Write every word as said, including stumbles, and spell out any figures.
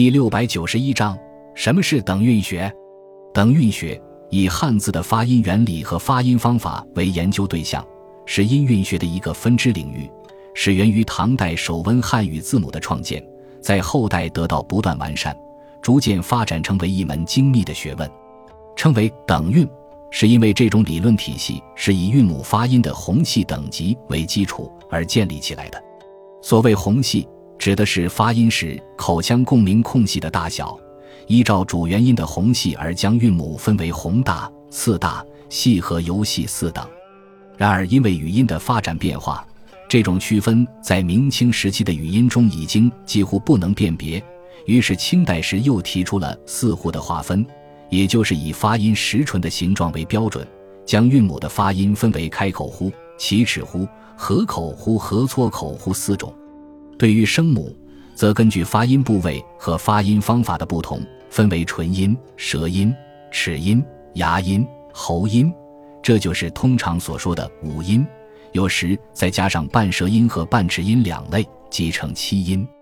第六百九十一章，什么是等韵学？等韵学以汉字的发音原理和发音方法为研究对象，是音韵学的一个分支领域，始源于唐代手温汉语字母的创建，在后代得到不断完善，逐渐发展成为一门精密的学问。称为等韵，是因为这种理论体系是以韵母发音的洪细等级为基础而建立起来的。所谓洪细，指的是发音时口腔共鸣空隙的大小，依照主元音的洪细而将韵母分为洪大、次大、细和尤细四等。然而因为语音的发展变化，这种区分在明清时期的语音中已经几乎不能辨别，于是清代时又提出了四呼的划分，也就是以发音实唇的形状为标准，将韵母的发音分为开口呼、起齿呼、合口呼和撮口呼四种。对于声母，则根据发音部位和发音方法的不同，分为唇音、舌音、齿音、牙音、喉音，这就是通常所说的五音，有时再加上半舌音和半齿音两类，即成七音。